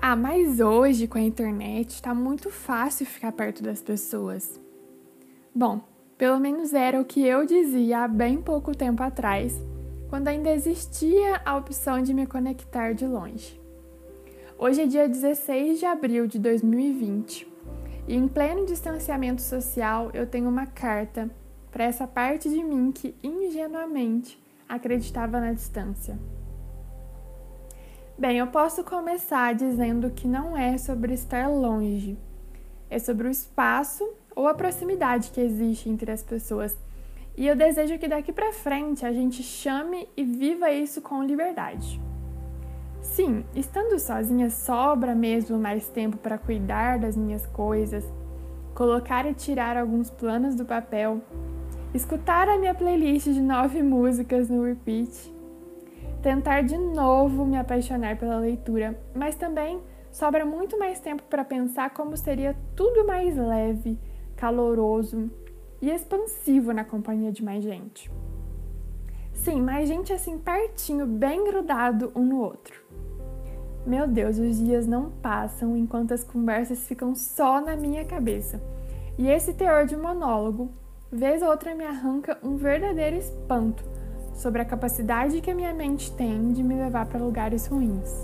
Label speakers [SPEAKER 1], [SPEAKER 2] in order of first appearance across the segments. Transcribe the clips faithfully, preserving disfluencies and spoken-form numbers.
[SPEAKER 1] Ah, mas hoje com a internet tá muito fácil ficar perto das pessoas. Bom, pelo menos era o que eu dizia há bem pouco tempo atrás, quando ainda existia a opção de me conectar de longe. Hoje é dia dezesseis de abril de dois mil e vinte e em pleno distanciamento social eu tenho uma carta para essa parte de mim que ingenuamente acreditava na distância. Bem, eu posso começar dizendo que não é sobre estar longe, é sobre o espaço ou a proximidade que existe entre as pessoas. E eu desejo que daqui para frente a gente chame e viva isso com liberdade. Sim, estando sozinha sobra mesmo mais tempo para cuidar das minhas coisas, colocar e tirar alguns planos do papel, escutar a minha playlist de nove músicas no repeat, tentar de novo me apaixonar pela leitura, mas também sobra muito mais tempo para pensar como seria tudo mais leve, caloroso e expansivo na companhia de mais gente. Sim, mais gente assim pertinho, bem grudado um no outro. Meu Deus, os dias não passam enquanto as conversas ficam só na minha cabeça. E esse teor de monólogo, vez ou outra, me arranca um verdadeiro espanto sobre a capacidade que a minha mente tem de me levar para lugares ruins.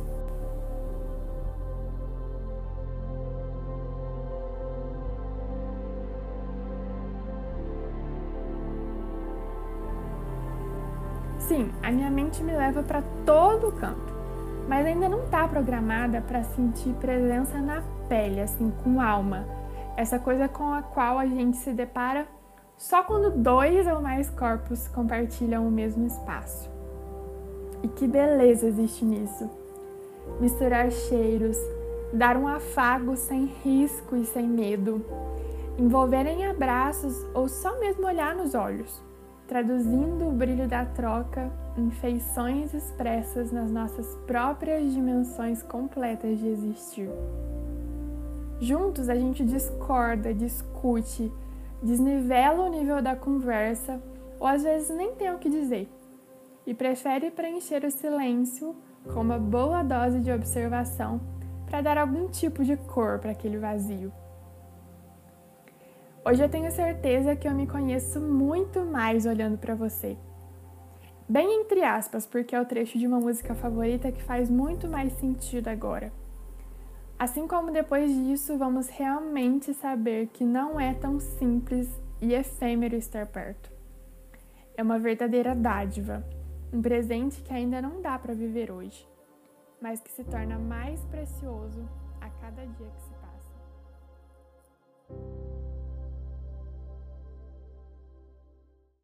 [SPEAKER 1] Sim, a minha mente me leva para todo canto, mas ainda não está programada para sentir presença na pele, assim, com alma. Essa coisa com a qual a gente se depara só quando dois ou mais corpos compartilham o mesmo espaço. E que beleza existe nisso! Misturar cheiros, dar um afago sem risco e sem medo, envolver em abraços ou só mesmo olhar nos olhos, traduzindo o brilho da troca em feições expressas nas nossas próprias dimensões completas de existir. Juntos a gente discorda, discute, desnivela o nível da conversa ou às vezes nem tem o que dizer e prefere preencher o silêncio com uma boa dose de observação para dar algum tipo de cor para aquele vazio. Hoje eu tenho certeza que eu me conheço muito mais olhando para você. Bem entre aspas, porque é o trecho de uma música favorita que faz muito mais sentido agora. Assim como depois disso, vamos realmente saber que não é tão simples e efêmero estar perto. É uma verdadeira dádiva, um presente que ainda não dá para viver hoje, mas que se torna mais precioso a cada dia que se passa.